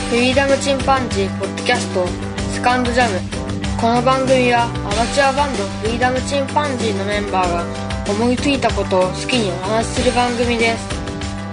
フリーダムチンパンジーポッドキャストセカンドジャム。この番組はアマチュアバンドフリーダムチンパンジーのメンバーが思いついたことを好きにお話しする番組です。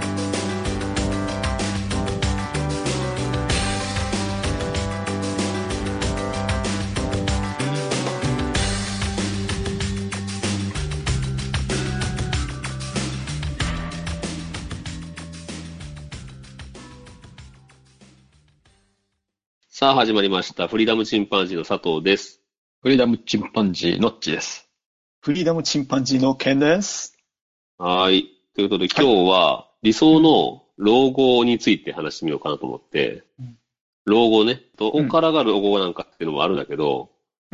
さあ始まりました。フリーダムチンパンジーの佐藤です。 フリーダムチンパンジーのっちです。 フリーダムチンパンジーのケンです。 はい。ということで今日は理想の老後について話してみようかなと思って、老後ね、どこからが老後なんかっていうのもあるんだけど、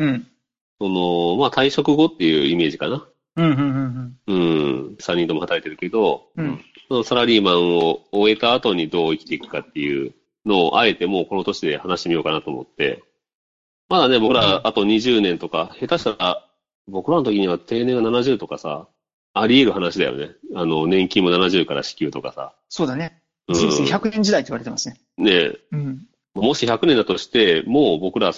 退職後っていうイメージかな。3人とも働いてるけど、そのサラリーマンを終えた後にどう生きていくかっていうのをあえてもうこの年で話してみようかなと思って、まだね、僕らあと20年とか、下手したら僕らの時には定年が70とかさ、あり得る話だよね。年金も70から支給とかさ。 そうだね。人生100年時代って言われてますね。 ねえ。もし100年だとして、もう僕ら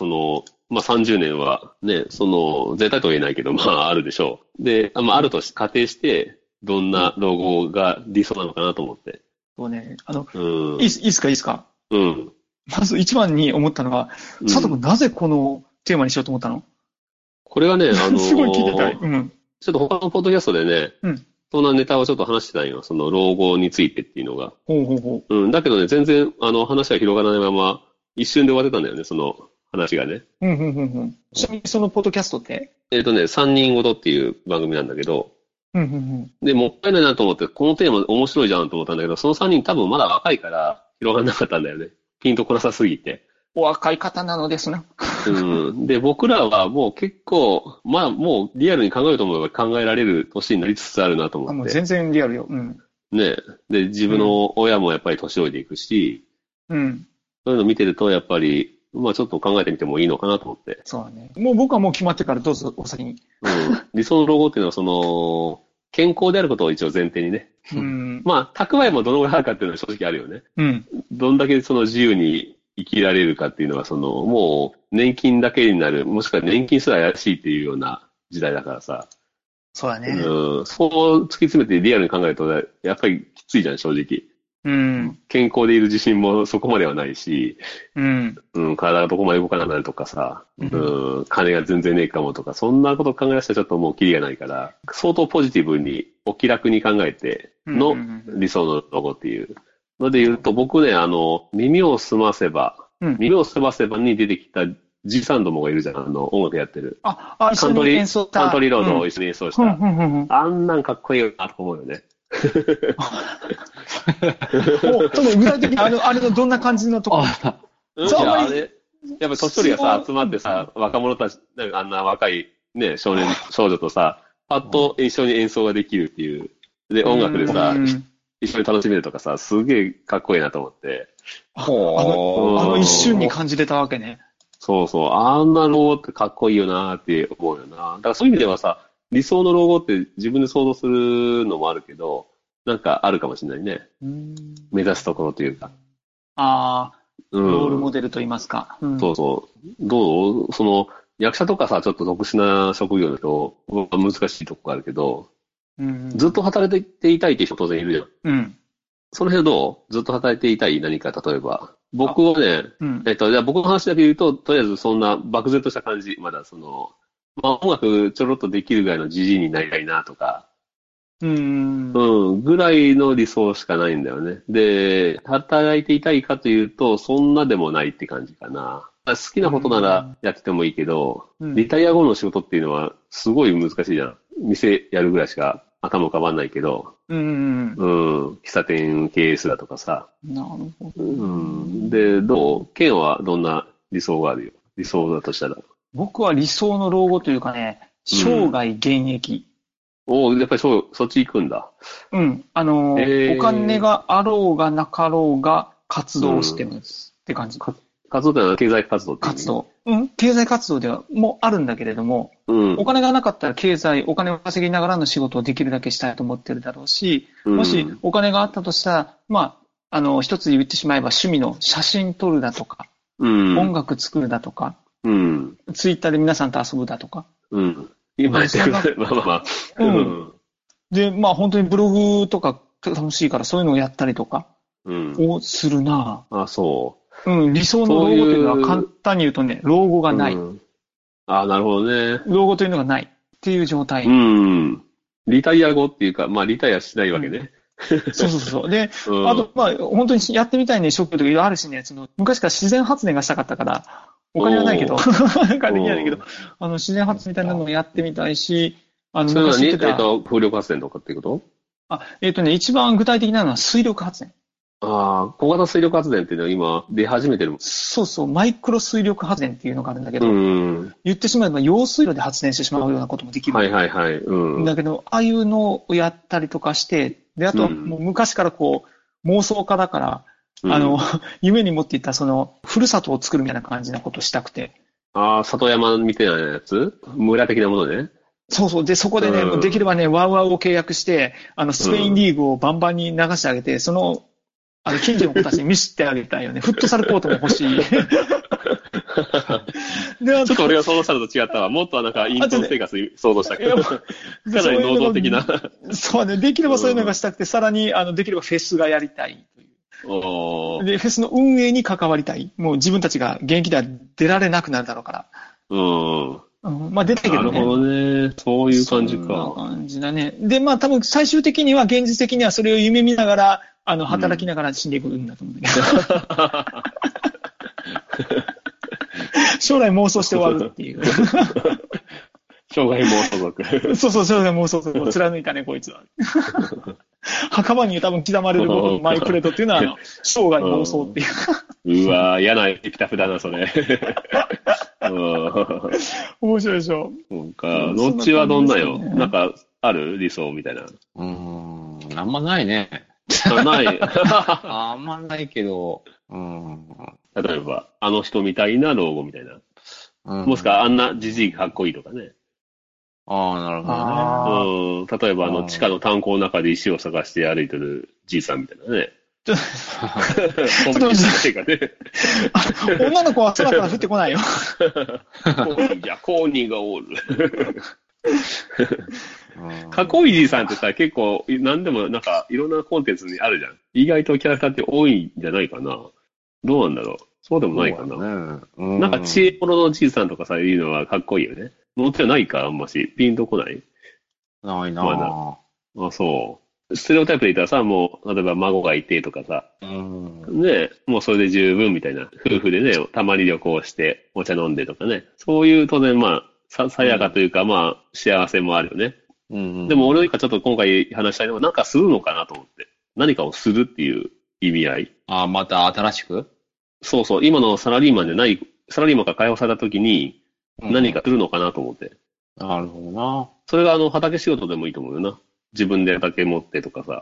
30年はね、絶対とは言えないけど、あるでしょう。で、あると仮定して、どんな老後が理想なのかなと思って。 そうね。いいっすかまず一番に思ったのは、佐藤君なぜこのテーマにしようと思ったの？ これはね、 すごい聞いてたい。 ちょっと他のポッドキャストでね、そんなネタをちょっと話してたんよ。その老後についてっていうのが。だけどね、全然話が広がらないまま、一瞬で終わってたんだよね、その話がね。 ちなみにそのポッドキャストって 3人ごとっていう番組なんだけど、で、もったいないなと思って、このテーマ面白いじゃんと思ったんだけど、その3人多分まだ若いから広がらなかったんだよね。ピンとこなさすぎて。 お若い方なのですね。 で、僕らはもう結構、もうリアルに考えると思えば考えられる年になりつつあるなと思って。 もう全然リアルよ。 ね。で、自分の親もやっぱり年老いていくし、そういうの見てると、やっぱり、ちょっと考えてみてもいいのかなと思って。 そうだね。もう僕はもう決まってからどうぞお先に。 理想の老後っていうのは、健康であることを一応前提にね。蓄えもどのぐらいあるかっていうのは正直あるよね。どんだけ自由に生きられるかっていうのは、もう年金だけになる、もしくは年金すら怪しいっていうような時代だからさ。 そうだね。 そう突き詰めてリアルに考えると、やっぱりきついじゃん、正直。健康でいる自信もそこまではないし、体がどこまで動かなくなるとかさ、金が全然ねえかもとか、そんなこと考え出したらちょっともうキリがないから、相当ポジティブに、お気楽に考えての理想の老後っていうので言うと、僕ね、耳をすませばに出てきたじいさんどもがいるじゃん、音楽やってる。 一緒に演奏した。 カントリーロードを一緒に演奏した。あんなんかっこいいなと思うよね。 具体的にあれのどんな感じのところあれ、やっぱ年寄りがさ、集まってさ、若者たち、あんな若いね、少年、少女とさ、パッと一緒に演奏ができるっていう。で、音楽でさ、一緒に楽しめるとかさ、すげえかっこいいなと思って。 一瞬に感じれたわけね。 そうそう。あんな老後ってかっこいいよなーって思うよな。だからそういう意味ではさ、理想の老後って自分で想像するのもあるけど、なんかあるかもしれないね。目指すところというか。 ロールモデルと言いますか。 そうそう。どう役者とかさ、ちょっと特殊な職業だと、難しいとこがあるけど、ずっと働いていたいっていう人当然いるじゃん。その辺どう？ずっと働いていたい何か、例えば。僕はね、じゃあ僕の話だけ言うと、とりあえずそんな漠然とした感じ、まだ音楽ちょろっとできるぐらいのじじいになりたいなとか、ぐらいの理想しかないんだよね。で、働いていたいかというと、そんなでもないって感じかな。好きなことならやっててもいいけど、リタイア後の仕事っていうのはすごい難しいじゃん。店やるぐらいしか頭浮かばんないけど、喫茶店経営するだとかさ。 なるほど。 で、ケンはどんな理想があるよ？理想だとしたら。 僕は理想の老後というかね、生涯現役。 やっぱりそっち行くんだ。 お金があろうがなかろうが活動してますって感じ。 活動ってのは経済活動って活動。経済活動ではもあるんだけれども、お金がなかったらお金を稼ぎながらの仕事をできるだけしたいと思ってるだろうし、もしお金があったとしたら、 一つ言ってしまえば趣味の写真撮るだとか、音楽作るだとか、ツイッターで皆さんと遊ぶだとか。 今やってる。まあまあまあ。 で、まあ本当にブログとか楽しいからそういうのをやったりとかをするな。 あ、そう。 理想の老後というのは簡単に言うとね、老後がない。 なるほどね。 老後というのがないっていう状態。 リタイア後っていうか、まあリタイアしないわけね。 そう。で、あと、まあ本当にやってみたいね、ショップとかあるしね、昔から自然発電がしたかったから、お金はないけど、金はないけど、自然発電みたいなのをやってみたいし、 それは風力発電とかっていうこと？ 一番具体的なのは水力発電。 小型水力発電っていうのは今出始めてるもん。 そう、マイクロ水力発電っていうのがあるんだけど、言ってしまえば用水路で発電してしまうようなこともできる。だけど、ああいうのをやったりとかして、で、あとはもう昔から妄想家だから、夢に持っていたふるさとを作るみたいな感じなことをしたくて。 里山みたいなやつ？村的なものね。 そう。で、そこでね、できればね、ワウワウを契約して、スペインリーグをバンバンに流してあげて、近所の子たちに見せてあげたいよね。フットサルコートも欲しい。 ちょっと俺が想像したのと違ったわ。もっとなんかインド生活想像したけど。かなり能動的な。 そうね。できればそういうのがしたくて、さらに、できればフェスがやりたいという。で、フェスの運営に関わりたい。もう自分たちが現役では出られなくなるだろうから。まあ出たけどね。 なるほどね。そういう感じか。 そんな感じだね。で、まあ多分最終的には、現実的にはそれを夢見ながら、働きながら死んでいくんだと思うんだけど。将来妄想して終わるっていう。 生涯妄想族。 そう、生涯妄想族を貫いたね、こいつは。墓場に多分刻まれるマイプレートっていうのは、生涯妄想っていう。 うわぁ、嫌なエピタフだな、それ。 面白いでしょ。 そうか。のっちはどんなよ。なんか、ある理想みたいな。 あんまないね。 ない。 あんまないけど、 例えば、あの人みたいな老後みたいな。もしくはあんなじじいかっこいいとかね。 なるほどね。例えば地下の炭鉱の中で石を探して歩いてるじいさんみたいなね。 ちょっと待って。女の子は空から降ってこないよ。 コーニーがおる。かっこいいじいさんってさ、結構、何でもなんか、いろんなコンテンツにあるじゃん。意外とキャラクターって多いんじゃないかな。どうなんだろう。そうでもないかな。なんか、知恵者のじいさんとかさ、いうのはかっこいいよね。のってはないか、あんまし。ピンとこない？ ないなぁ。そう。ステレオタイプで言ったらさ、もう、例えば孫がいてとかさ。ね、もうそれで十分みたいな。夫婦でね、たまに旅行して、お茶飲んでとかね。そういう当然まあ、さやかというか、まあ、幸せもあるよね。でも俺がちょっと今回話したいのは、なんかするのかなと思って。何かをするっていう意味合い。 また新しく？ そう。今のサラリーマンじゃない、サラリーマンから解放された時に、何かするのかなと思って。 なるほどな。 それが畑仕事でもいいと思うよな。自分で畑持ってとかさ。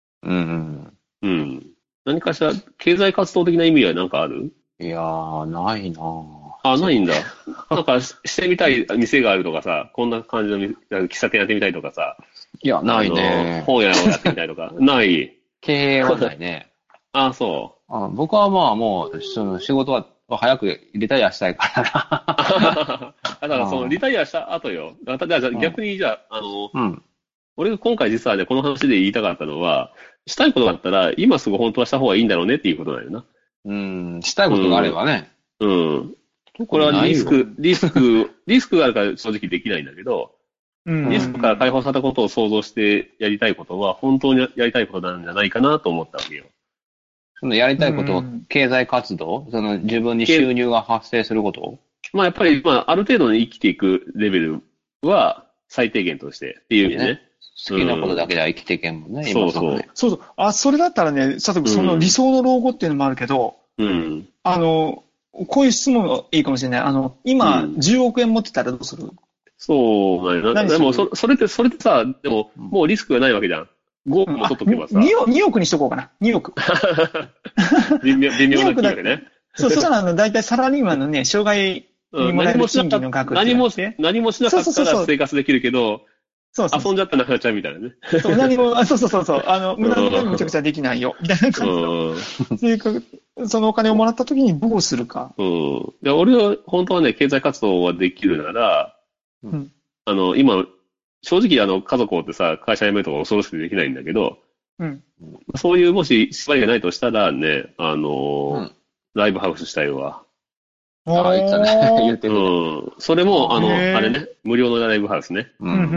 何かしら、経済活動的な意味はなんかある？ いやー、ないなないんだ。なんか、してみたい店があるとかさ、こんな感じの喫茶店やってみたいとかさ。 いや、ないね。 本屋をやってみたいとか。ない。 経営はないね。 そう。 僕はまあもう、仕事は早くリタイアしたいからな。 だからリタイアした後よ。じゃあ逆に俺が今回実はね、この話で言いたかったのは、したいことがあったら、今すぐ本当はした方がいいんだろうねっていうことだよな。 したいことがあればね。 これはリスクがあるから正直できないんだけど、リスクから解放されたことを想像してやりたいことは本当にやりたいことなんじゃないかなと思ったわけよ。 そのやりたいことを経済活動、自分に収入が発生すること？ やっぱり、ある程度に生きていくレベルは最低限としてっていう意味でね。 好きなことだけでは生きていけんもんね、 今そう。それだったらね、佐藤君、その理想の老後っていうのもあるけど、こういう質問がいいかもしれない。今、10億円持ってたらどうする？ そうなんだ。でも、それってさ、でも、もうリスクがないわけじゃん。5億も取っとけばさ。 2億にしとこうかな。2億。 微妙な金額ね。 そしたら、だいたいサラリーマンのね、障害にもらえる賃金の額何もしなかったら生活できるけど、 そうそう。 遊んじゃったらなくなっちゃうみたいなね。 そう、何も、そう。無駄にむちゃくちゃできないよ。みたいな感じの。そのお金をもらった時にどうするか。 俺は、本当はね、経済活動はできるなら、今、正直家族をってさ、会社辞めるとか恐ろしくできないんだけど、そういうもし縛りがないとしたらね、ライブハウスしたいわ。 言ってね。言ってる。それも、あれね、無料のライブハウスね。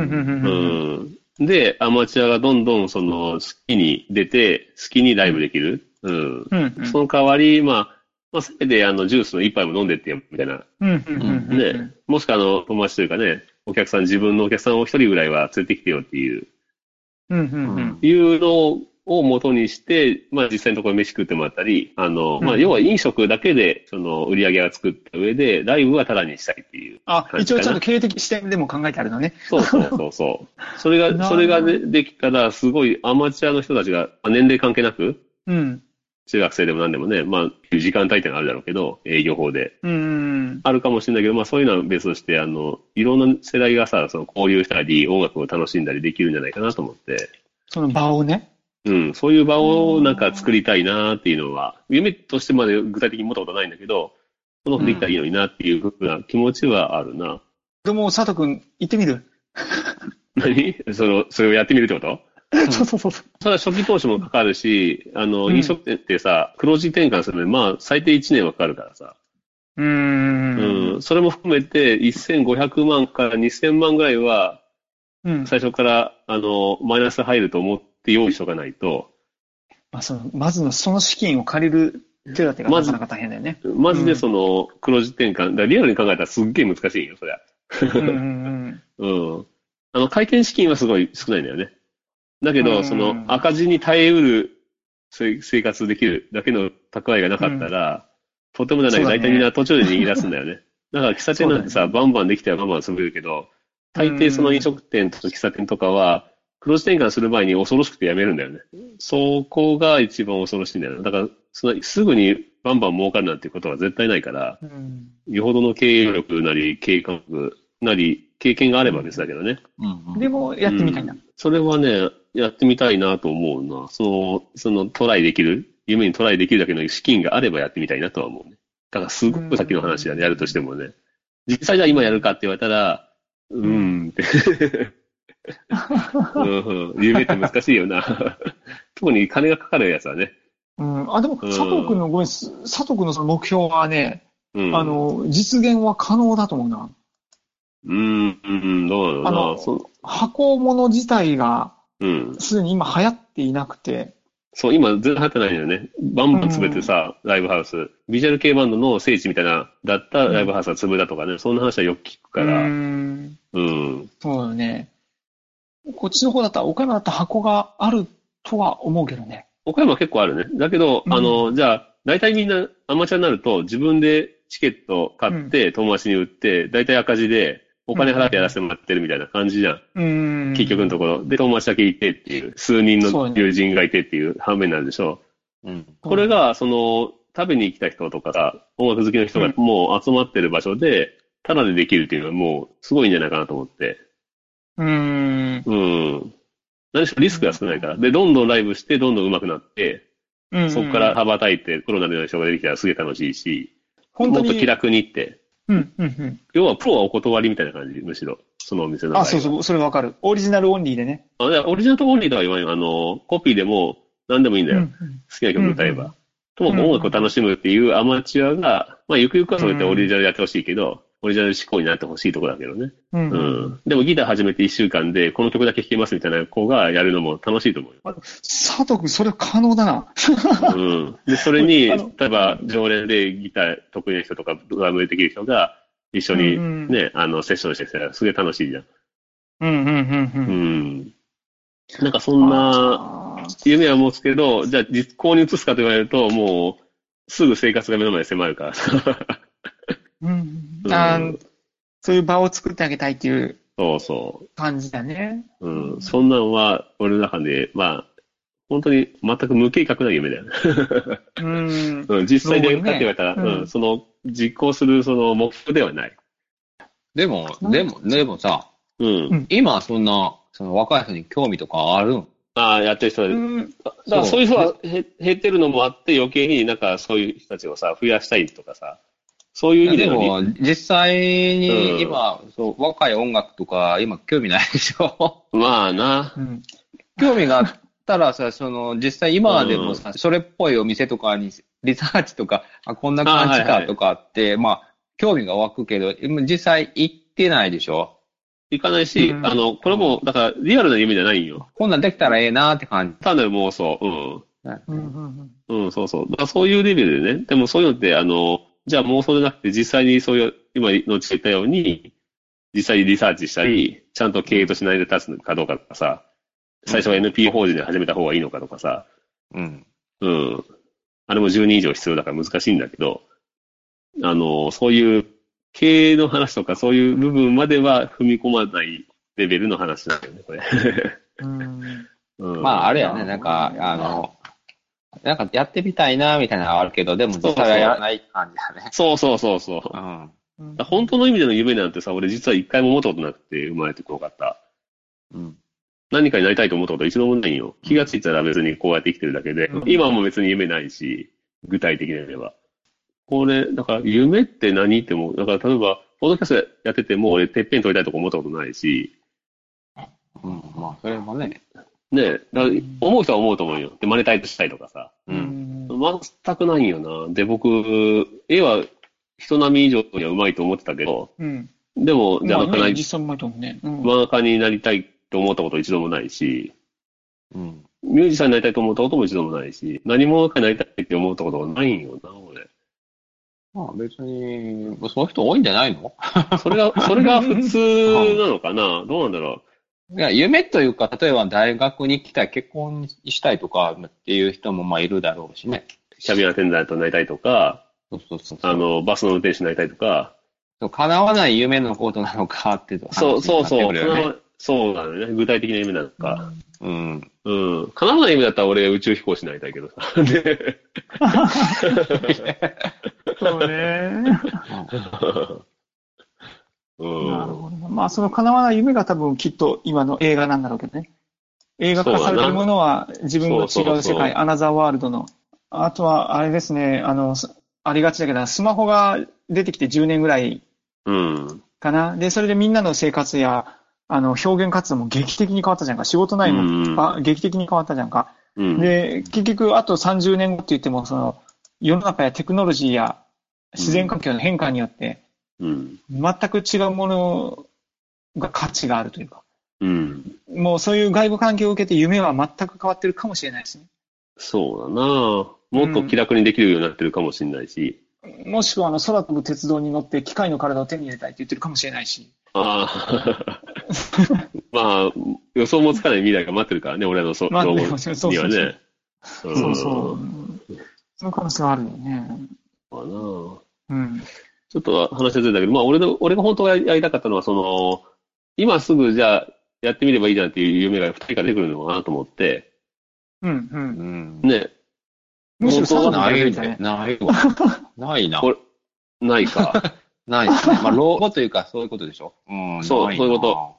で、アマチュアがどんどん、好きに出て、好きにライブできる。その代わり、せめて、ジュースの一杯も飲んでってよ、みたいな。ね。もしくは、友達というかね、自分のお客さんを一人ぐらいは連れてきてよっていう。いうのを元にして、実際のところ飯食ってもらったり、要は飲食だけで、売り上げが作った上で、ライブはタダにしたいっていう。 一応ちゃんと経営的視点でも考えてあるのね。 そう。それができたら、すごいアマチュアの人たちが、年齢関係なく、中学生でも何でもね、時間帯ってのがあるだろうけど、営業法で。あるかもしれないけど、そういうのは別として、いろんな世代がさ、交流したり、音楽を楽しんだりできるんじゃないかなと思って。 その場をね。 そういう場を作りたいなっていうのは、夢としてまで具体的に持ったことはないんだけど、そのできたらいいのになっていうふうな気持ちはあるな。 でも、佐藤くん、行ってみる？ 何？それをやってみるってこと？ そう。 ただ初期投資もかかるし、飲食店ってさ、黒字転換するのに、最低1年はかかるからさ。それも含めて、1500万から2000万ぐらいは、最初から、マイナス入ると思って用意しとかないと。 まずその資金を借りる手立てがなかなか大変だよね。 マジで黒字転換、リアルに考えたらすっげえ難しいよ、そりゃ。回転資金はすごい少ないんだよね。だけど、赤字に耐えうる生活できるだけの蓄えがなかったら、とてもじゃないけど、大体みんな途中で逃げ出すんだよね。だから喫茶店なんてさ、バンバンできたらバンバン潰れるけど、大抵飲食店と喫茶店とかは、黒字転換する前に恐ろしくてやめるんだよね。そこが一番恐ろしいんだよね。だから、すぐにバンバン儲かるなんていうことは絶対ないから、よほどの経営力なり、経営感覚なり、経験があれば別だけどね。 でも、やってみたいな。 それはね、やってみたいなと思うな。トライできる、夢にトライできるだけの資金があればやってみたいなとは思うね。だからすごく先の話だね、やるとしてもね。実際じゃあ今やるかって言われたら、って。夢って難しいよな。特に金がかかるやつはね。 でも、佐藤君のその目標はね、実現は可能だと思うな。 どうだろうな。 箱物自体が、すでに今流行っていなくて。 そう、今全然流行ってないんだよね。バンバン潰れてさ、ライブハウス。ビジュアル系バンドの聖地みたいな、だったライブハウスが潰れたとかね、そんな話はよく聞くから。 そうだね。こっちの方だったら、岡山だったら箱があるとは思うけどね。 岡山は結構あるね。だけど、じゃあ、大体みんなアマチュアになると、自分でチケット買って、友達に売って、大体赤字で、お金払ってやらせてもらってるみたいな感じじゃん。結局のところ。で、友達だけいてっていう、数人の友人がいてっていう反面なんでしょう。これが、食べに来た人とかさ、音楽好きの人がもう集まってる場所で、タダでできるっていうのはもう、すごいんじゃないかなと思って。何しろリスクが少ないから。で、どんどんライブして、どんどん上手くなって、そこから羽ばたいて、コロナでの人が出てきたらすげえ楽しいし、もっと気楽に行って、要はプロはお断りみたいな感じ、むしろ。そのお店の。 そう、それわかる。オリジナルオンリーでね。 オリジナルとオンリーとは言わないよ。コピーでも何でもいいんだよ。好きな曲歌えば。ともかく音楽を楽しむっていうアマチュアが、ゆくゆくはそうやってオリジナルやってほしいけど、オリジナル思考になってほしいところだけどね。でもギター始めて1週間で、この曲だけ弾けますみたいな子がやるのも楽しいと思うよ。 佐藤君、それ可能だな。 で、それに、例えば常連でギター得意な人とか、ドラムできる人が一緒にね、セッションしてたらすげえ楽しいじゃん。なんかそんな夢は持つけど、じゃあ実行に移すかと言われると、もうすぐ生活が目の前に迫るから。 そういう場を作ってあげたいっていう感じだね。そんなのは俺の中で、本当に全く無計画な夢だよね。実際でやるかって言われたら、その実行するその目標ではない。 でもさ、今そんなその若い人に興味とかあるん？ ああ、やってる人は、だからそういう人は減ってるのもあって余計になんかそういう人たちをさ、増やしたいとかさ、そういう意味でも。でも、実際に今、そう、若い音楽とか今興味ないでしょ？ まあな。 興味があったらさ、実際今でもさ、それっぽいお店とかにリサーチとか、こんな感じかとかって、まあ、興味が湧くけど、実際行ってないでしょ？ 行かないし、これも、だから、リアルな夢じゃないんよ。 こんなんできたらええなーって感じ。 単なる妄想。そうそう。だからそういうレベルでね。でもそういうのって、じゃあ妄想じゃなくて、実際にそういう、今のち言ったように、実際にリサーチしたり、ちゃんと経営としないで立つかどうかとかさ、最初は NP 法人で始めた方がいいのかとかさ、あれも10人以上必要だから難しいんだけど、そういう、経営の話とかそういう部分までは踏み込まないレベルの話なんだよね、これ。 まあ、あれやね、なんかやってみたいな、みたいなのがあるけど、でも実際はやらない感じだね。 そう。本当の意味での夢なんてさ、俺実は一回も思ったことなくて生まれてこなかった。何かになりたいと思ったことは一度もないよ。気がついたら別にこうやって生きてるだけで、今も別に夢ないし、具体的に言えば。これ、だから夢って何っても、だから例えば、ポッドキャストやってても俺てっぺん取りたいとか思ったことないし。 まあ、それもね。 ねだから思う人は思うと思うよ。で、マネタイズしたいとかさ。全くないよな。で、僕、絵は人並み以上には上手いと思ってたけど、でも、じゃあ、漫画家になりたいと思ったこと一度もないし、ミュージシャンになりたいと思ったことも一度もないし、何者かになりたいって思ったことがないんよな、俺。 まあ別に、そういう人多いんじゃないの？ それが普通なのかな？どうなんだろう。いや、夢というか、例えば大学に行きたい、結婚したいとかっていう人もまあいるだろうしね。 キャビンアテンダントになりたいとか、バスの運転手になりたいとか。 叶わない夢のことなのかっていうと、 そう。そうなのね。具体的な夢なのか。叶わない夢だったら俺宇宙飛行士になりたいけどさ。 そうね。なるほど。まあ、その叶わない夢が多分きっと今の映画なんだろうけどね。映画化されてるものは自分の違う世界、アナザーワールドの。あとは、あれですね、ありがちだけど、スマホが出てきて10年ぐらいかな。で、それでみんなの生活や、表現活動も劇的に変わったじゃんか。仕事内も劇的に変わったじゃんか。で、結局、あと30年後って言っても、世の中やテクノロジーや自然環境の変化によって、全く違うものが価値があるというか。もうそういう外部環境を受けて夢は全く変わってるかもしれないですね。 そうだなぁ。もっと気楽にできるようになってるかもしれないし。 もしくは空飛ぶ鉄道に乗って機械の体を手に入れたいって言ってるかもしれないし。まあ、予想もつかない未来が待ってるからね、俺の老後にはね。そういう可能性はあるよね。 ちょっと話はずれたけど、まあ俺が本当はやりたかったのは、今すぐじゃあやってみればいいじゃんっていう夢が2人から出てくるのかなと思って。ね。 むしろそうないね。ないわ。ないな。 ないか。 ないですね。まあ、老後というか、そういうことでしょ。 そういうこと。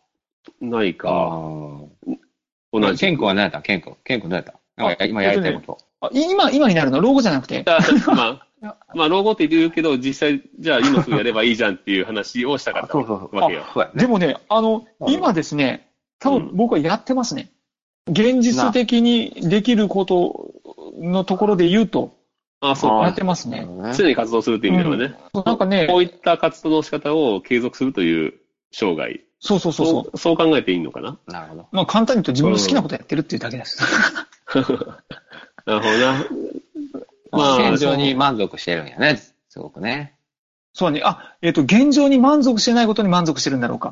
ないか。 同じ。ケン君は何やったケン君何やった今やりたいこと。 今になるの？老後じゃなくて。 まあ、老後って言うけど、実際、じゃあ今すぐやればいいじゃんっていう話をしたかったわけよ。 でもね、今ですね、多分僕はやってますね。現実的にできることのところで言うと、やってますね。 常に活動するっていう意味ではね。 なんかね、 こういった活動の仕方を継続するという生涯。そう考えていいのかな？ なるほど。 まあ簡単に言うと自分の好きなことやってるっていうだけです。 なるほどな。 まあ、現状に満足してるんやね。すごくね。 そうね。現状に満足してないことに満足してるんだろうか。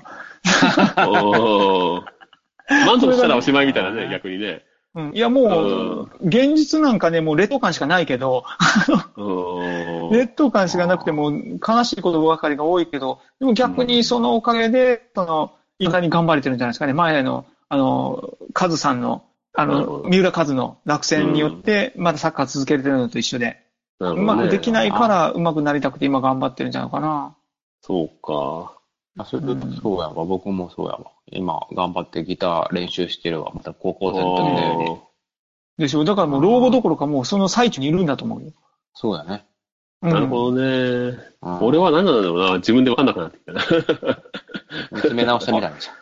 満足したらおしまいみたいなね、逆にね。 いやもう、現実なんかね、もう劣等感しかないけど、劣等感しかなくても悲しいことばかりが多いけど、でも逆にそのおかげで、いまだに頑張れてるんじゃないですかね。前の、カズさんの、三浦カズの落選によって、まだサッカー続けれてるのと一緒で、うまくできないからうまくなりたくて今頑張ってるんじゃないかな。 そうか。 そうやわ。僕もそうやわ。今、頑張ってギター練習してるわ。また高校生の時のように。 でしょ。だからもう老後どころかもうその最中にいるんだと思うよ。 そうだね。 なるほどね。俺は何なんだろうな。自分で分かんなくなってきたな。 見つめ直してみたんじゃん。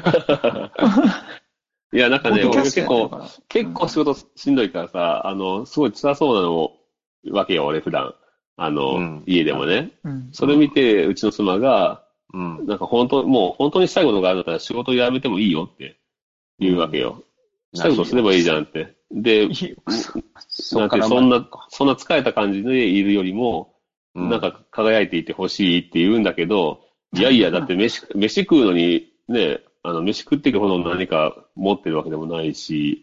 いや、なんかね、俺結構仕事しんどいからさ、すごい辛そうなのわけよ、俺普段。家でもね。それ見て、うちの妻が、なんかもう本当にしたいことがあるんだったら仕事辞めてもいいよって言うわけよ。したいことすればいいじゃんって。で、なんてそんな疲れた感じでいるよりも、なんか輝いていてほしいって言うんだけど、いやいや、だって飯食うのに、ね、飯食っていくほど何か持ってるわけでもないし、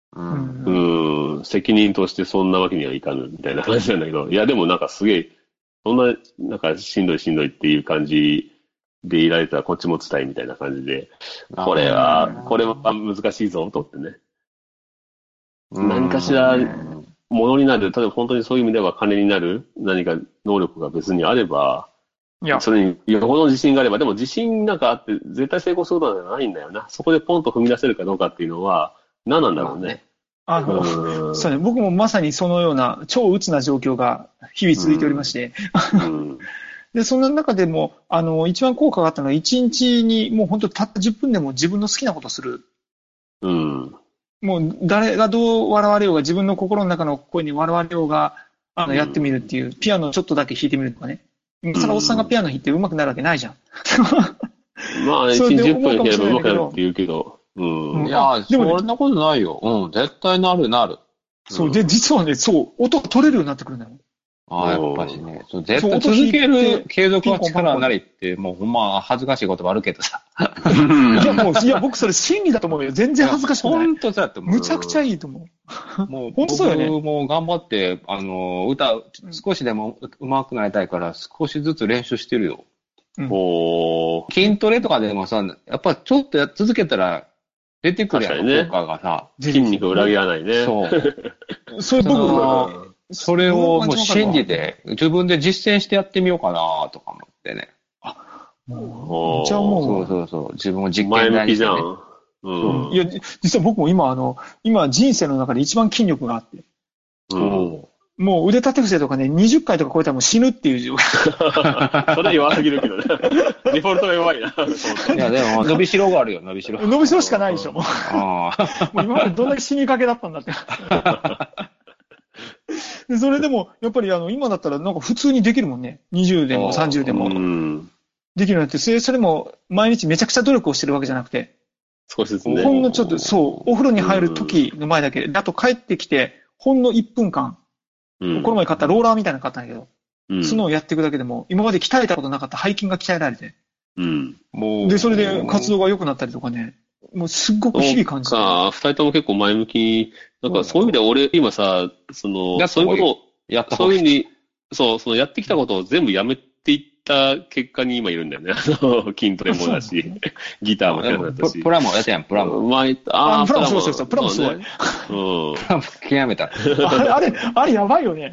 責任としてそんなわけにはいかぬみたいな感じなんだけど、いやでもなんかすげえ、そんな、なんかしんどいっていう感じでいられたらこっちも伝えみたいな感じで、これは難しいぞとってね。何かしらものになる、例えば本当にそういう意味では金になる何か能力が別にあれば、それによほど自信があれば、でも自信なんかあって絶対成功することではないんだよな。そこでポンと踏み出せるかどうかっていうのは何なんだろうね。 そうね、僕もまさにそのような超鬱な状況が日々続いておりまして。で、そんな中でも、一番効果があったのは、1日にもう本当たった10分でも自分の好きなことをする。もう誰がどう笑われようが、自分の心の中の声に笑われようが、やってみるっていう、ピアノちょっとだけ弾いてみるとかね。それはおっさんがピアノ弾いて上手くなるわけないじゃん。 まあ、1日10分弾ければ上手くなるって言うけど。 いや、そんなことないよ。絶対なる。 そう、で、実はね、そう、音が取れるようになってくるんだよ。 やっぱしね。絶対続ける継続は力なりって、もうほんま恥ずかしい言葉あるけどさ。 いや、僕それ真理だと思うよ。全然恥ずかしくない。 本当だと思う。 むちゃくちゃいいと思う。 もう、本当そうよね。僕も頑張って、歌、少しでも上手くなりたいから、少しずつ練習してるよ。筋トレとかでもさ、やっぱちょっと続けたら、出てくるやん、効果がさ。 筋肉裏切らないね。 そう。それをもう信じて、自分で実践してやってみようかなとか思ってね。 じゃあもう。そう。自分を実験台にして、ね。 前向きじゃん。 いや、実は僕も今人生の中で一番筋力があって。もう腕立て伏せとかね、20回とか超えたらもう死ぬっていう状況。 それ弱すぎるけどね。デフォルトが弱いな。 いや、でも、伸びしろがあるよ、伸びしろ。 伸びしろしかないでしょ。もう今までどんだけ死にかけだったんだって。でそれでも、やっぱり今だったらなんか普通にできるもんね。20でも30でも。できるようになって、それも毎日めちゃくちゃ努力をしてるわけじゃなくて。 少しずつね。 ほんのちょっと、そう、お風呂に入る時の前だけで、あと帰ってきて、ほんの1分間、この前買ったローラーみたいなの買ったんだけど、そのをやっていくだけでも、今まで鍛えたことなかった背筋が鍛えられて。で、それで活動が良くなったりとかね。もうすっごく日々感じてる。 二人とも結構前向き。なんかそういう意味で俺今さ、そういうことを、そういうふうに、そのやってきたことを全部やめていった結果に今いるんだよね。筋トレもだし、ギターもやらなったし。 プラモやったやん、プラモ。 プラモそう。プラモすごい。 プラモ極めた。 あれやばいよね。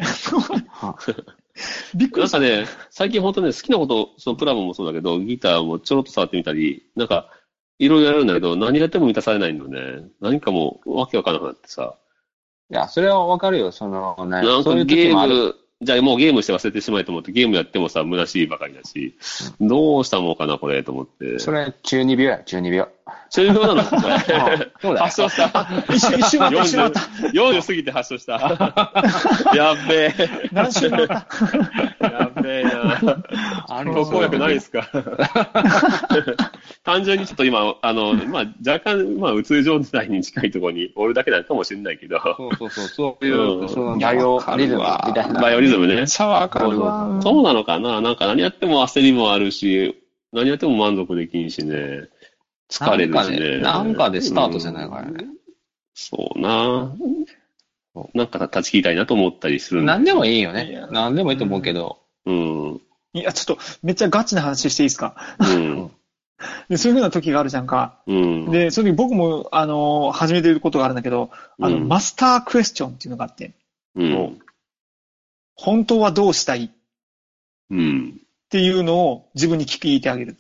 びっくりした。なんかね、最近本当ね、好きなこと、そのプラモもそうだけど、ギターもちょろっと触ってみたり、なんか、いろいろやるんだけど、何やっても満たされないのね。何かもう、わけわからなくなってさ。 いや、それはわかるよ、 なんかゲーム、じゃあもうゲームして忘れてしまいと思って、ゲームやってもさ、虚しいばかりだし、どうしたもんかな、これ、と思って。 それ、中二病や、中二病。 中二病なのこれ。 そうだ。 発症した。 一瞬待った。 40過ぎて発症した。やっべえ。 何週待った。 やっべえな。特効薬ないですか。単純にちょっと今、若干、うつ状態に近いところにおるだけなのかもしれないけど。 そういう、バイオリズムみたいな。 バイオリズムね。 めっちゃわかるわ。 そうなのかな。なんか何やっても焦りもあるし、何やっても満足できんしね。疲れるしね。 なんかでスタートじゃないからね。 そうな。なんか断ち切りたいなと思ったりする。 何でもいいよね。何でもいいと思うけど。 いや、ちょっと、めっちゃガチな話していいですか？で、そういう風な時があるじゃんか。で、その時僕も、始めてることがあるんだけど、マスタークエスチョンっていうのがあって、本当はどうしたいっていうのを自分に聞いてあげる。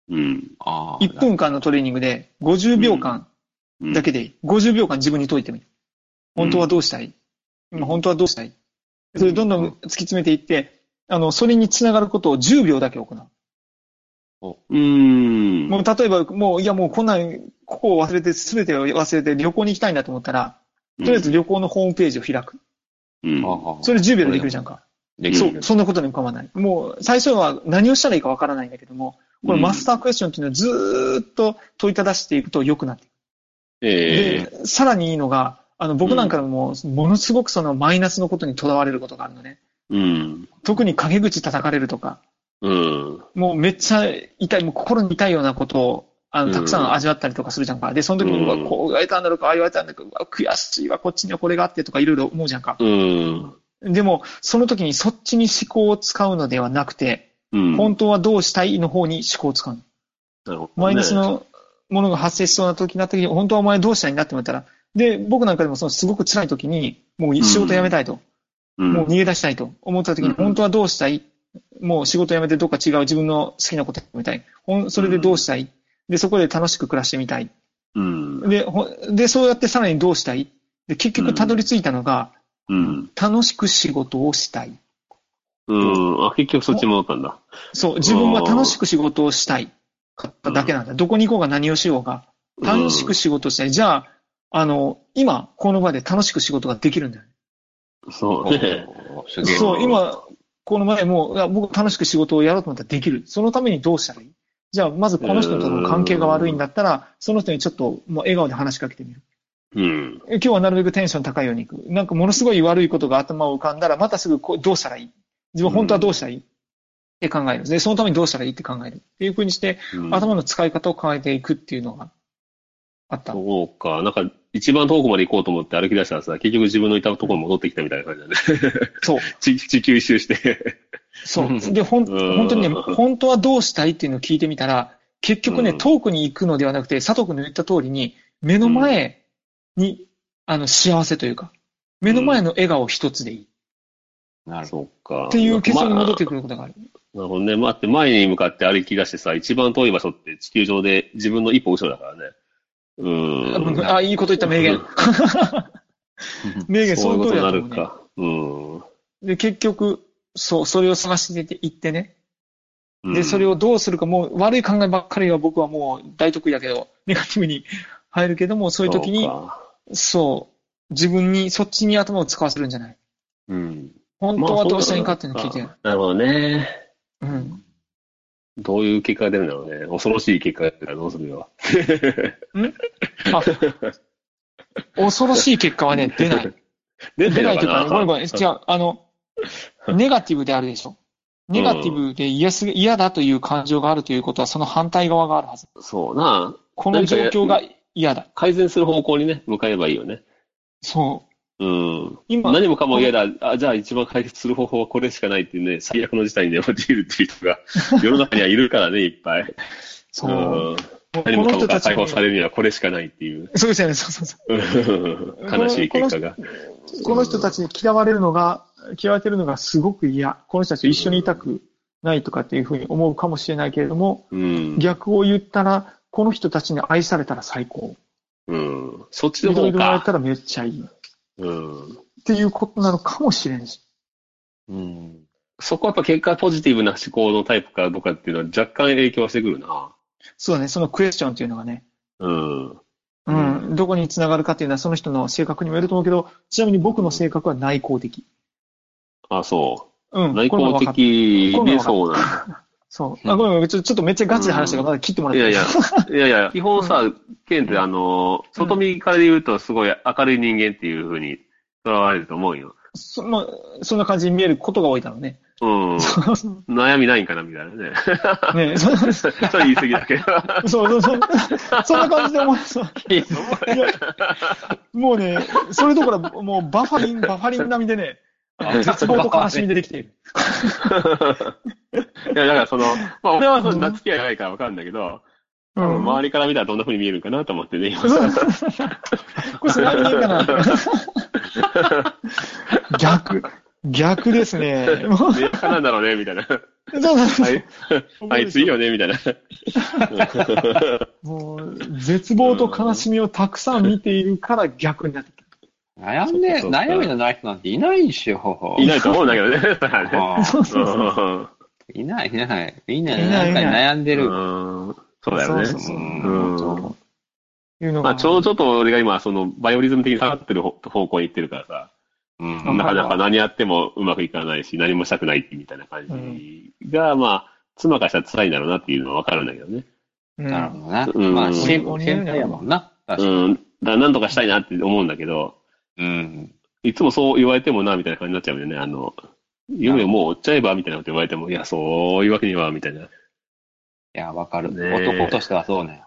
うん。 1分間のトレーニングで50秒間だけでいい。50秒間自分に問いてみる。本当はどうしたい？今本当はどうしたい？それどんどん突き詰めていって、それにつながることを10秒だけ行う。もう例えば、もうこんなん、ここを忘れて、すべてを忘れて旅行に行きたいんだと思ったら、とりあえず旅行のホームページを開く。それ10秒でできるじゃんか。そんなことにも構わない。もう、最初は何をしたらいいかわからないんだけども、このマスタークエスチョンっていうのをずーっと問いただしていくと良くなっていく。で、さらにいいのが、僕なんかもものすごくそのマイナスのことにとらわれることがあるのね。特に陰口叩かれるとか、もうめっちゃ痛い、もう心に痛いようなことを、たくさん味わったりとかするじゃんか。で、その時に、こう言われたんだろうか、ああ言われたんだろうか、悔しいわ、こっちにはこれがあってとかいろいろ思うじゃんか。でも、その時にそっちに思考を使うのではなくて、本当はどうしたいの方に思考を使うの。マイナスのものが発生しそうな時になった時に、本当はお前どうしたいんだって思ったら、で、僕なんかでもそのすごく辛い時に、もう仕事辞めたいと。もう逃げ出したいと思った時に、本当はどうしたい？もう仕事辞めてどっか違う自分の好きなことやめたい。それでどうしたい？で、そこで楽しく暮らしてみたい。で、そうやってさらにどうしたい？で、結局たどり着いたのが、楽しく仕事をしたい。 結局そっち戻ったんだ。 そう、自分は楽しく仕事をしたい。だけなんだ。どこに行こうが何をしようが、楽しく仕事をしたい。じゃあ、今、この場で楽しく仕事ができるんだよね。 そうね。 そう、今、この前もう、僕楽しく仕事をやろうと思ったらできる。そのためにどうしたらいい？じゃあ、まずこの人との関係が悪いんだったら、その人にちょっともう笑顔で話しかけてみる。今日はなるべくテンション高いように行く。なんかものすごい悪いことが頭を浮かんだら、またすぐどうしたらいい？自分本当はどうしたらいい？って考える。で、そのためにどうしたらいいって考える。っていう風にして、頭の使い方を変えていくっていうのがあった。 そうか。なんか、一番遠くまで行こうと思って歩き出したらさ、結局自分のいたところに戻ってきたみたいな感じだね。 そう。 地球一周して。 そう。で、本当にね、本当はどうしたいっていうのを聞いてみたら、結局ね、遠くに行くのではなくて、佐藤君の言った通りに、目の前に、幸せというか、目の前の笑顔一つでいい。 なるほど。そうか。 っていう結論に戻ってくることがある。 なるほどね。待って、前に向かって歩き出してさ、一番遠い場所って地球上で自分の一歩後ろだからね。 いいこと言った名言。名言、そういうことだと思う、ね。 そういうことになるか。 で、結局、それを探していってね。で、それをどうするか、もう悪い考えばっかりは僕はもう大得意だけど、ネガティブに入るけども、そういう時に、自分に、そっちに頭を使わせるんじゃない。本当はどうしたらいいかっていうのを聞いて。 なるほどね。どういう結果が出るんだろうね。恐ろしい結果が出たらどうするよ。 恐ろしい結果はね、出ない。出ないというか、ごめん、違う。ネガティブであるでしょ。ネガティブで嫌だという感情があるということは、その反対側があるはず。 そうな。 この状況が嫌だ。 改善する方向にね、向かえばいいよね。 そう。 今何もかも嫌だ。じゃあ一番解決する方法はこれしかないっていうね、最悪の事態に陥るっていう人が世の中にはいるからね、いっぱい。 そう。 何もかもが解放されるにはこれしかないっていう。 そうですよね、そう。 悲しい結果が。 この人たちに嫌われてるのがすごく嫌。この人たちと一緒にいたくないとかっていうふうに思うかもしれないけれども、逆を言ったら、この人たちに愛されたら最高。そっちの方か。いろいろ言われたらめっちゃいい。っていうことなのかもしれんし。 そこはやっぱ結果ポジティブな思考のタイプかどうかっていうのは若干影響してくるな。 そうだね、そのクエスチョンっていうのがね。どこに繋がるかっていうのはその人の性格にもよると思うけど、ちなみに僕の性格は内向的。 あ、そう。内向的でそうなんだ。 そう。ごめん、ちょっとめっちゃガチで話したから、まだ切ってもらって。 いや、基本さ、ケンって外見から言うとすごい明るい人間っていう風に捉われると思うよ。 そんな感じに見えることが多いだろうね。 悩みないんかなみたいなね。ね、それ言い過ぎだけど。 そんな感じで思う。もうね、それどころもうバファリン並みでね、絶望と悲しみでできている。 いや、だから俺はそんな付き合いがないからわかるんだけど、周りから見たらどんな風に見えるかなと思ってね、今。これそれ何見えるかな逆。 逆ですね。 メーカーなんだろうね、みたいな。あいついいよね、みたいな。 もう、絶望と悲しみをたくさん見ているから逆になってくる。 悩みのない人なんていないんしよ。 いないと思うんだけどね。 そうそうそう。 いない。みんな何かに悩んでる。 そうだよね。 そうまあ、ちょっと俺が今、バイオリズム的に下がってる方向に行ってるからさ、なかなか何やってもうまくいかないし、何もしたくないみたいな感じが、まあ、妻からしたら辛いんだろうなっていうのはわかるんだけどね。 なるほどな。まあ、心配やもんな。 だからなんとかしたいなって思うんだけど、いつもそう言われてもな、みたいな感じになっちゃうよね。夢をもう追っちゃえばみたいなこと言われても、いや、そういうわけには、みたいな。 いや、わかる。男としてはそうね。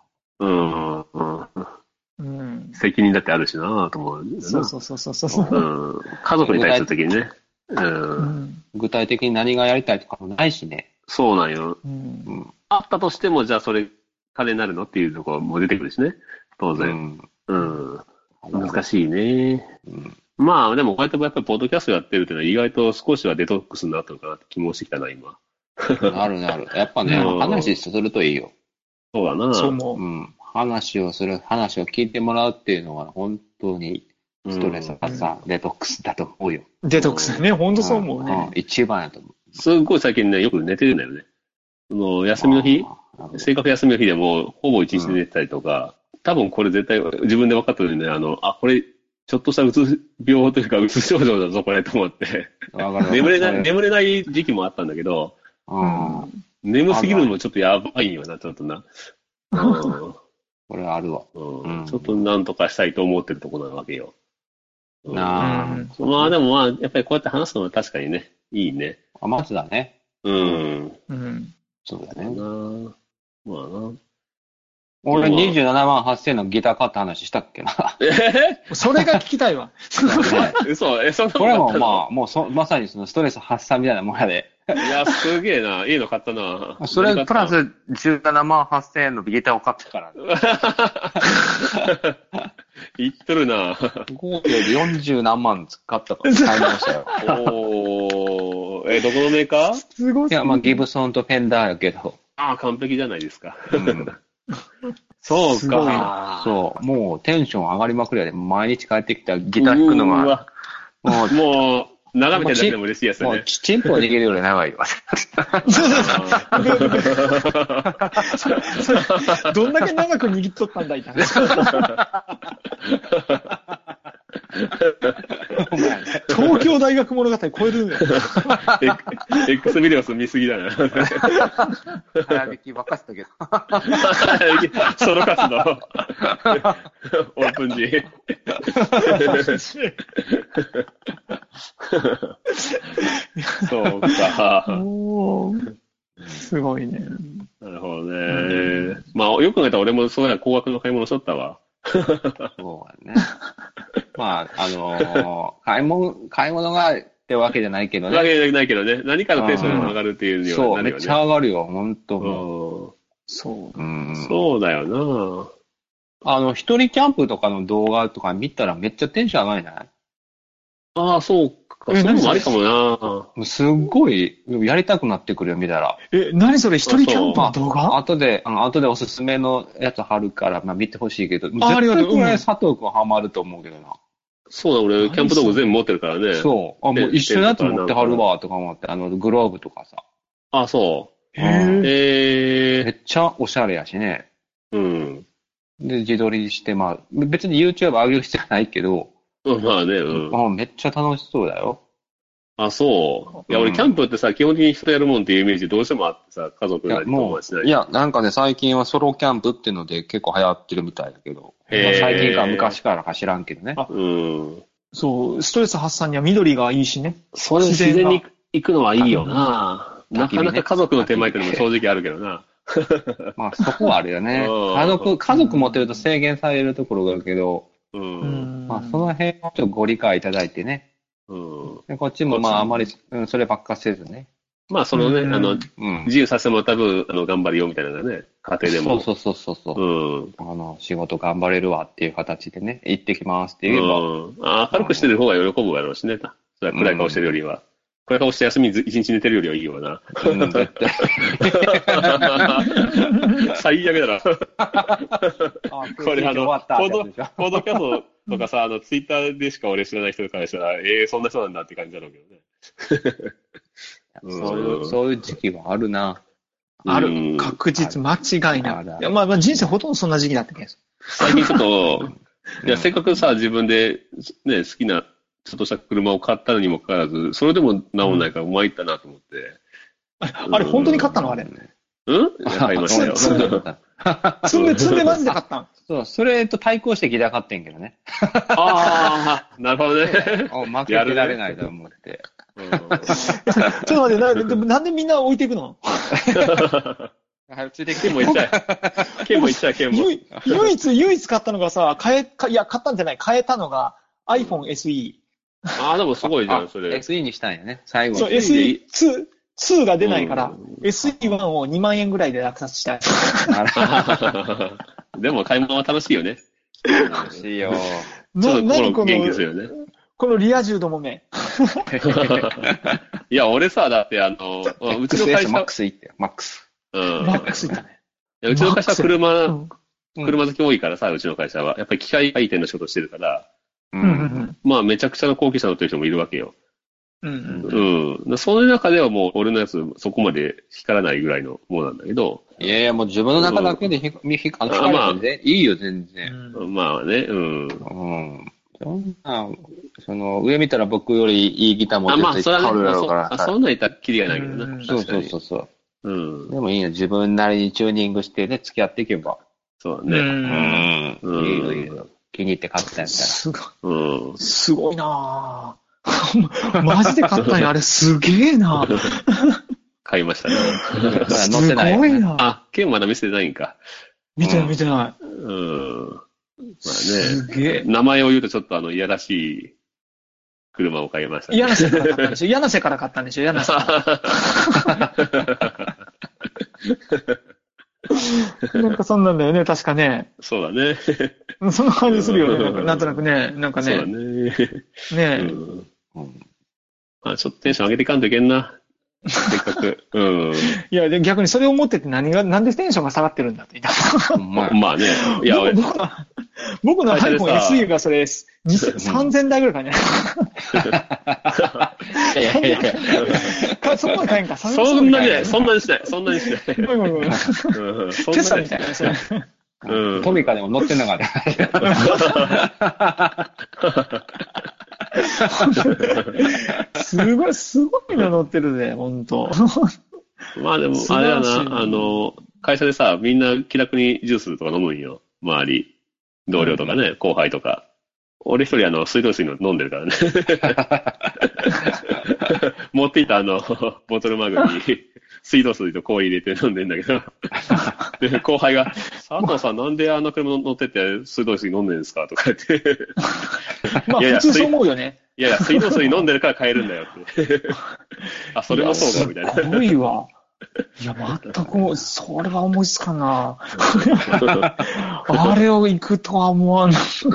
責任だってあるしなと思う。 そう。 家族に対する責任ね。 具体的に何がやりたいとかもないしね。 そうなんよ。あったとしても、じゃあそれ、金になるのっていうところも出てくるしね。当然。難しいね。まあ、でもこうやってやっぱりポッドキャストやってるっていうのは意外と少しはデトックスになったのかなって気もしてきたな、今。 なる。やっぱね、話するといいよ。 そうだな。 そう思う。 話を聞いてもらうっていうのは本当にストレス発散、デトックスだと思うよ。 デトックスね、本当そう思うね。 一番やと思う。 すっごい最近ね、よく寝てるんだよね。休みの日、正確休みの日でもほぼ一日寝てたりとか、多分これ絶対自分で分かってるんで、これ、ちょっとしたうつ病というかうつ症状だぞ、これと思って。眠れない時期もあったんだけど、眠すぎるのもちょっとやばいよな、ちょっとな。 これはあるわ。 ちょっとなんとかしたいと思ってるところなわけよ。まあでもやっぱりこうやって話すのは確かにね、いいね。 まずだね。 そうだね。まあな。 俺27万8000のギター買った話したっけな。 それが聞きたいわ。 嘘、そんなこれもまさにそのストレス発散みたいなもんやで。 いや、すげえな。いいの買ったな。 それプラス17万8000円のギターを買ったから。 言っとるな。 合計で40何万買ったから買いましたよ。 どこのメーカー？ すごい。 いや、まあギブソンとフェンダーやけど。 完璧じゃないですか。そうか。 そう。もうテンション上がりまくりやで。毎日帰ってきたギター弾くのが。 もう、眺めてるだけでも嬉しいやつね。 もう、チンポできるより長いわ。 どんだけ長く握っとったんだいって話。東京大学物語超えるんだよ。 X ビデオス見すぎだな。 早弾きばっかしたけど。 ソロ活動。オープン時。そうか。 すごいね。 なるほどね。まあ、よく考えたら俺もそうや高額の買い物しとったわ。 そうやね。まあ、買い物がってわけじゃないけどね。 わけじゃないけどね。何かのテンションが上がるっていうにはなるよね。 そう、めっちゃ上がるよ、ほんともう。 そう。 そうだよな。一人キャンプとかの動画とか見たらめっちゃテンション上がるじゃない？ そうか。それもありかもな。 すっごい、やりたくなってくるよ、見たら。 何それ、一人キャンプの動画？ 後でおすすめのやつ貼るから、まあ見てほしいけど、絶対これ佐藤くんハマると思うけどな。 そうだ、俺、キャンプ道具全部持ってるからね。 そう。もう一緒のやつ持ってはるわ、とか思って、グローブとかさ。 そう。 めっちゃおしゃれやしね。 で、 自撮りして、まあ、別に YouTube 上げる必要ないけど、 まあね、 めっちゃ楽しそうだよ。 そう。いや、俺、キャンプってさ、基本的に人やるもんっていうイメージどうしてもあってさ、家族なり友達なり。 いや、なんかね、最近はソロキャンプっていうので結構流行ってるみたいだけど、最近か昔からか知らんけどね。 そう、ストレス発散には緑がいいしね。 それ自然に行くのはいいよな。なかなか家族の手前ってのも正直あるけどな。 まあ、そこはあるよね。家族持ってると制限されるところがあるけど、まあ、その辺をちょっとご理解いただいてね。でこっちもまあ、あまり、そればっかせずね。 まあ、そのね、自由させてもらった分、頑張るよみたいなのがね、家庭でも。 そう。仕事頑張れるわっていう形でね、行ってきますって言えば。 明るくしてる方が喜ぶやろうしね。 それは暗い顔してるよりは。暗い顔して休み一日寝てるよりはいいよな。絶対。最悪だな。これコードキャストとかさ、ツイッターでしか俺知らない人からしたら、そんな人なんだって感じだろうけどね。 そういう時期はあるな。 ある。確実、間違いない。いや、まあ人生ほとんどそんな時期だったけど。 最近ちょっと、いや、せっかくさ、自分でね、好きな、ちょっとした車を買ったのにもかかわらず、それでも治んないから参ったなと思って。 あれ、本当に買ったのあれ。 買いましたよ。 積んでマジで買ったん。 そう、それと対抗してギター買ってんけどね。 ああ、なるほどね。 負けられないと思って。 ちょっと待って、なんでみんな置いていくのついてケンも行っちゃえ。ケンも行っちゃえ、ケンも。 唯一買ったのがさ、買ったんじゃない、変えたのが iPhone SE。 ああ、でもすごいじゃん、それ。 SE にしたんやね、最後。 そう、SE2 が出ないから、SE1 を2万円ぐらいで落札したい。 でも買い物は楽しいよね。 楽しいよ。 ちょっと心元気ですよね。 このリア充どもめ。 いや、俺さ、だって、うちの会社。 マックスいって、マックス。 マックスいったね。 うちの会社は車好き多いからさ、うちの会社は。やっぱり機械回転の仕事してるから、まあ、めちゃくちゃな高級車乗ってる人もいるわけよ。その中ではもう、俺のやつ、そこまで光らないぐらいのものなんだけど。 いやいや、もう自分の中だけで光るんで、いいよ、全然。 まあね、 その、上見たら僕よりいいギター持ってる人買うやろうから。 そんなんいったらキリがないけどな。 そう。でもいいよ、自分なりにチューニングしてね、付き合っていけば。 そうね。 いいよ。気に入って買ったやつだ。すごいなぁ。マジで買ったんや、あれすげえなぁ。 買いましたね。 すごいなぁ。 あ、ケンまだ見せてないんか。 見てない。 まあね。すげえ。名前を言うとちょっといやらしい車を買いましたね。 柳瀬から買ったんでしょ。柳瀬から買ったんでしょ。柳瀬から。なんかそんなんだよね、確かね。 そうだね。 そんな感じするよね。なんとなくね。なんかね。 そうだね。 ねまあちょっとテンション上げていかんといけんな。せっかく。 いや、で逆にそれを思っててなんでテンションが下がってるんだって言った。 まあね。いや、 僕の iPhone SE がそれ、3000台ぐらいかね。 いや。 そこまで買えんか。 そんなにしない。 テスラみたいな。 トミカでも乗ってんのかね。 すごいの乗ってるぜ、ほんと。 まあでも、あれだな、会社でさ、みんな気楽にジュースとか飲むんよ。周り。同僚とかね、後輩とか。俺一人水道水の飲んでるからね。持っていたボトルマグに水道水と氷入れて飲んでんだけど。で、後輩が、佐藤さんなんで車乗ってて水道水飲んでるんですかとか言って。 まあ普通そう思うよね。 いや、水道水飲んでるから買えるんだよって。あ、それもそうかみたいな。 すごいわ。いや、全く、それは思いつかんな。あれを行くとは思わん。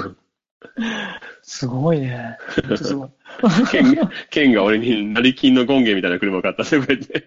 すごいね。すごい。 ケンが俺に成金の権限みたいな車を買ったってくれて。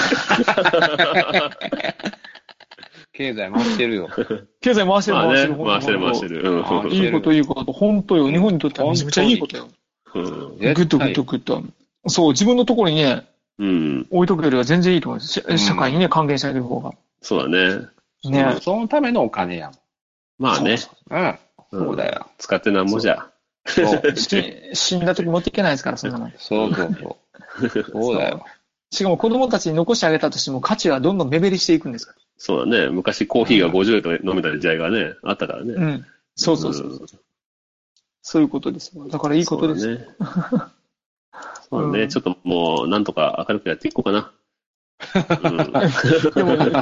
経済回してるよ。 経済回してる。 回してる。 いいこと。本当よ。日本にとってはめちゃめちゃいいことよ。グッド。そう、自分のところにね、置いとくよりは全然いいと思います。社会にね、還元してあげる方が。 そうだね。 ね。そのためのお金やん。 まあね。 そうだよ。 使ってなんもじゃ。 死んだ時持っていけないですから、そんなの。 そうだよ。 しかも子供たちに残してあげたとしても価値はどんどん目減りしていくんですから。 そうだね。昔コーヒーが50円と飲めた時代がね、あったからね。 そう。そういうことですよ。だからいいことですね。 そうだね。ちょっともう、なんとか明るくやっていこうかな。 でも、もう、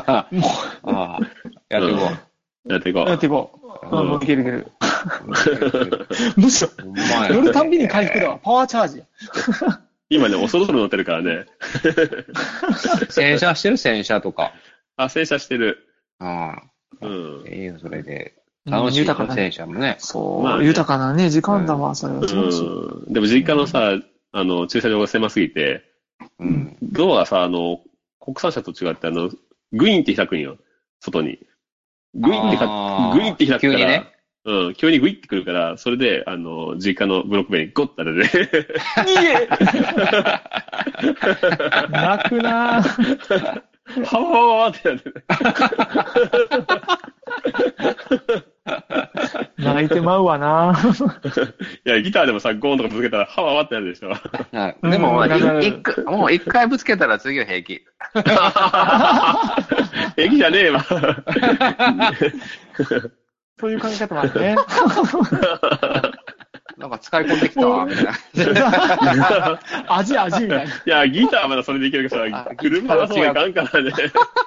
やっていこう。もういける。むしろ、乗るたんびに回復だわ。パワーチャージ。 今ね、恐る恐る乗ってるからね。 洗車してる洗車とか。 あ、洗車してる。 いいよ、それで。楽しい洗車もね。 そう、豊かなね、時間だわ、それは。 でも実家のさ、 駐車場が狭すぎて、ドアがさ、国産車と違って、グイーンって開くんよ。外に。グイーンって開くから、急にね。急にグイってくるから、それで、実家のブロック塀にゴッて当てて。 泣くなぁ。 はわわってなって。 泣いてまうわなぁ。 いや、ギターでもさ、ゴーンとかぶつけたら、はわわってなるでしょ。 はい。でも、もう一回ぶつけたら次は平気。 平気じゃねえわ。 そういう考え方もあるね。 なんか使い込んできたわ、みたいな。 味みたいな。いや、ギターはまだそれでいけるけどさ、車はそういかんからね。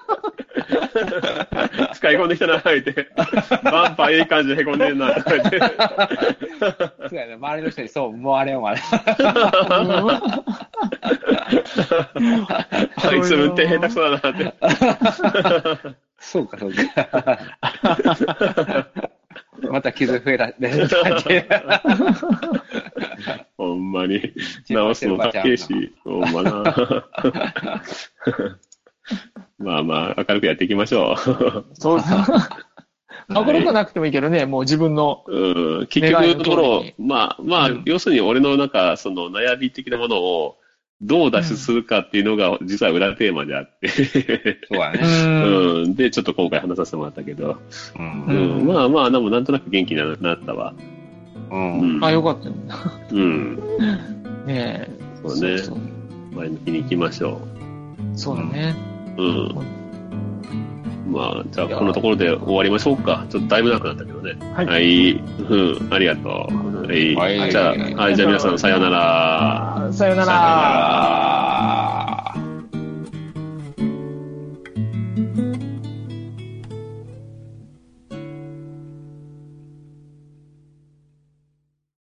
使い込んできたな、言って。バンパーいい感じで凹んでんな、とか言って。 そうやね、周りの人にそう思われんわね。あいつ運転下手くそだなって。 そうか。また傷増えられる。 ほんまに。直すの高いし、ほんまな。まあまあ、明るくやっていきましょう。 そうですね。明るくなくてもいいけどね、もう自分の。 結局のところ、まあ、要するに俺のなんか、その悩み的なものを、どう脱出するかっていうのが、実は裏テーマであって。 そうやね。 で、ちょっと今回話させてもらったけど。まあまあ、でもなんとなく元気になったわ。 あ、よかったよ。 ねえ。そうね。前向きに行きましょう。そうだね。 まあ、じゃあ、このところで終わりましょうか。ちょっとだいぶ長くなったけどね。はい。ありがとう。はい。じゃあ皆さん、さようなら。 さようなら。